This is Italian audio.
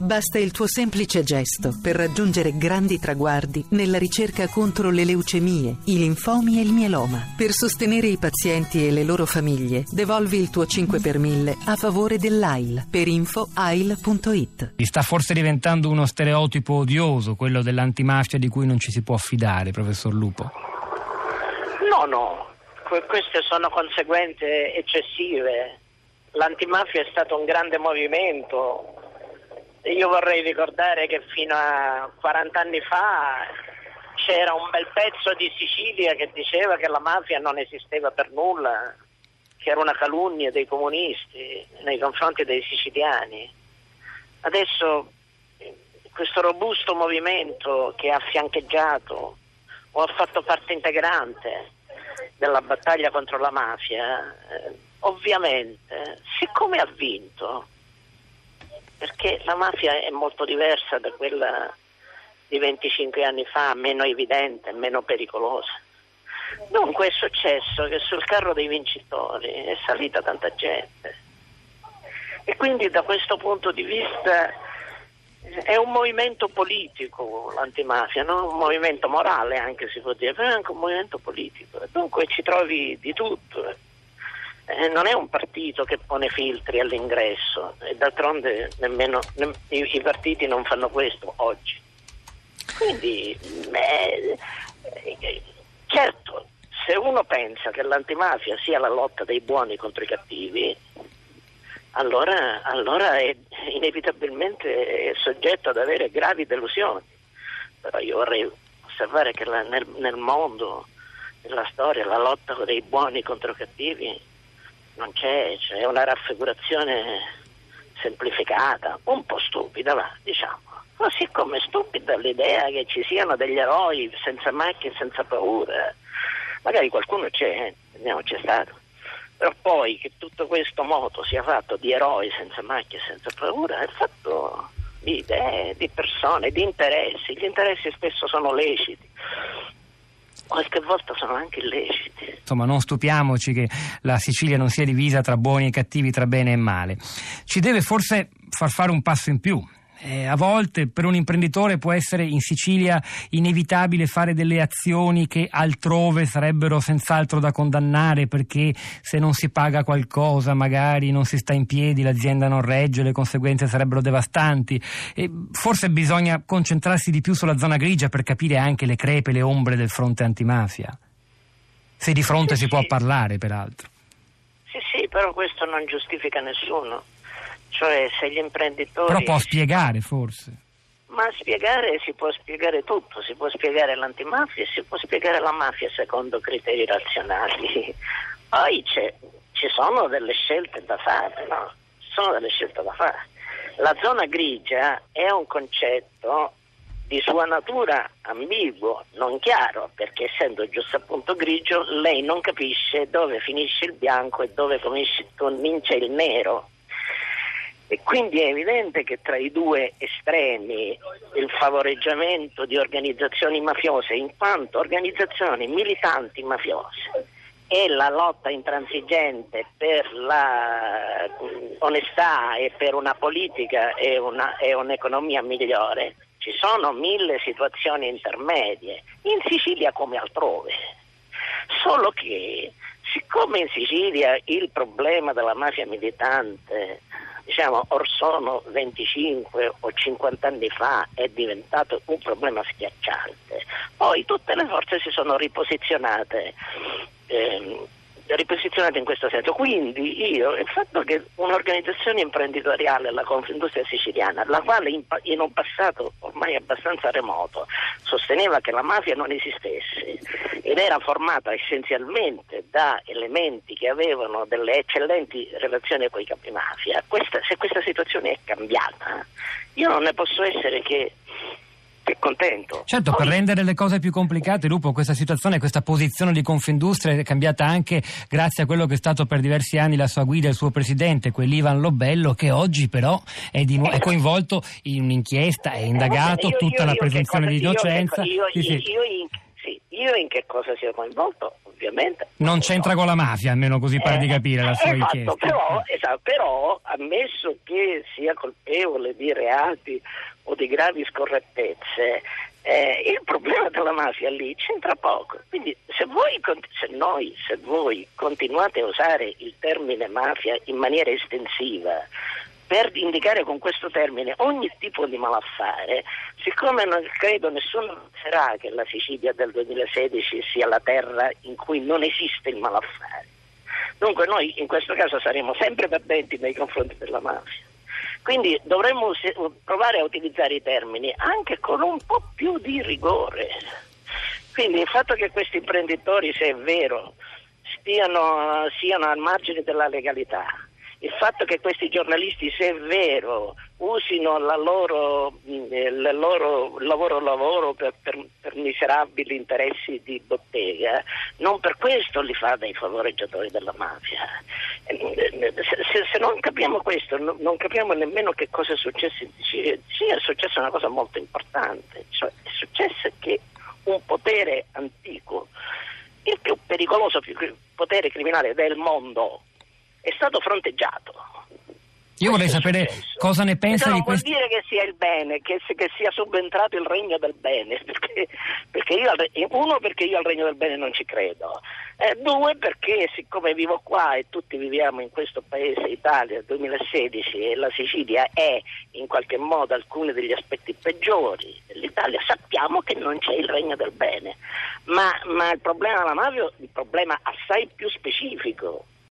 Basta il tuo semplice gesto per raggiungere grandi traguardi nella ricerca contro le leucemie, i linfomi e il mieloma. Per sostenere i pazienti e le loro famiglie, devolvi il tuo 5 per 1000 a favore dell'AIL. Per info AIL.it. Sta forse diventando uno stereotipo odioso, quello dell'antimafia di cui non ci si può fidare, professor Lupo? No, queste sono conseguenze eccessive. L'antimafia è stato un grande movimento. Io vorrei ricordare che fino a 40 anni fa c'era un bel pezzo di Sicilia che diceva che la mafia non esisteva per nulla, che era una calunnia dei comunisti nei confronti dei siciliani. Adesso questo robusto movimento che ha fiancheggiato o ha fatto parte integrante della battaglia contro la mafia, ovviamente, siccome ha vinto, perché la mafia è molto diversa da quella di 25 anni fa, meno evidente, meno pericolosa. Dunque è successo che sul carro dei vincitori è salita tanta gente e quindi da questo punto di vista è un movimento politico l'antimafia, non un movimento morale anche si può dire, però è anche un movimento politico. Dunque ci trovi di tutto. Non è un partito che pone filtri all'ingresso e d'altronde nemmeno i partiti non fanno questo oggi. Quindi certo, se uno pensa che l'antimafia sia la lotta dei buoni contro i cattivi, allora è inevitabilmente soggetto ad avere gravi delusioni. Però io vorrei osservare che nel mondo, nella storia, la lotta dei buoni contro i cattivi non c'è una raffigurazione semplificata, un po' stupida, diciamo. Così come stupida l'idea che ci siano degli eroi senza macchie, senza paura. Magari qualcuno c'è stato. Però poi che tutto questo moto sia fatto di eroi senza macchie, senza paura, è fatto di idee, di persone, di interessi. Gli interessi spesso sono leciti. Qualche volta sono anche illeciti. Insomma, non stupiamoci che la Sicilia non sia divisa tra buoni e cattivi, tra bene e male. Ci deve forse far fare un passo in più. A volte per un imprenditore può essere in Sicilia inevitabile fare delle azioni che altrove sarebbero senz'altro da condannare, perché se non si paga qualcosa magari non si sta in piedi, l'azienda non regge, le conseguenze sarebbero devastanti. E forse bisogna concentrarsi di più sulla zona grigia per capire anche le crepe, le ombre del fronte antimafia, se di fronte si può parlare, peraltro. Sì, però questo non giustifica nessuno. Cioè, se gli imprenditori... Però può spiegare, forse. Ma spiegare, si può spiegare tutto, si può spiegare l'antimafia e si può spiegare la mafia secondo criteri razionali. Poi ci sono delle scelte da fare, no? Ci sono delle scelte da fare. La zona grigia è un concetto di sua natura ambiguo, non chiaro, perché essendo giusto appunto grigio, lei non capisce dove finisce il bianco e dove comincia il nero. E quindi è evidente che tra i due estremi il favoreggiamento di organizzazioni mafiose in quanto organizzazioni militanti mafiose e la lotta intransigente per la onestà e per una politica e un'economia migliore, ci sono 1000 situazioni intermedie, in Sicilia come altrove. Solo che siccome in Sicilia il problema della mafia militante, diciamo, or sono 25 o 50 anni fa, è diventato un problema schiacciante. Poi tutte le forze si sono riposizionate in questo senso. Quindi il fatto che un'organizzazione imprenditoriale, la Confindustria Siciliana, la quale in un passato ormai abbastanza remoto sosteneva che la mafia non esistesse ed era formata essenzialmente da elementi che avevano delle eccellenti relazioni con i capimafia, se questa situazione è cambiata, io non ne posso essere che contento. Certo, per rendere le cose più complicate, Lupo, questa situazione, questa posizione di Confindustria è cambiata anche grazie a quello che è stato per diversi anni la sua guida, il suo presidente, quell'Ivan Lobello, che oggi però è coinvolto in un'inchiesta, è indagato, tutta la presunzione di innocenza. Io in che cosa sia coinvolto? ovviamente. Non c'entra con la mafia, almeno così pare di capire la sua inchiesta. Però, ammesso che sia colpevole di reati o di gravi scorrettezze, il problema della mafia lì c'entra poco. Quindi se voi continuate a usare il termine mafia in maniera estensiva per indicare con questo termine ogni tipo di malaffare, siccome non credo nessuno penserà che la Sicilia del 2016 sia la terra in cui non esiste il malaffare. Dunque noi in questo caso saremo sempre perdenti nei confronti della mafia. Quindi dovremmo provare a utilizzare i termini anche con un po' più di rigore. Quindi il fatto che questi imprenditori, se è vero, siano al margine della legalità, il fatto che questi giornalisti, se è vero, usino il loro lavoro per miserabili interessi di bottega, non per questo li fa dei favoreggiatori della mafia. Se non capiamo questo, non capiamo nemmeno che cosa è successo in Sicilia. Sì, è successa una cosa molto importante, cioè è successo che un potere antico, il più pericoloso potere criminale del mondo, è stato fronteggiato. Io vorrei sapere cosa ne pensa di questo. Non vuol dire che sia il bene, che sia subentrato il regno del bene, perché io al regno del bene non ci credo. Due, perché siccome vivo qua e tutti viviamo in questo paese, Italia 2016, e la Sicilia è in qualche modo alcuni degli aspetti peggiori dell'Italia, sappiamo che non c'è il regno del bene. Ma il problema della mafia è un problema assai più specifico.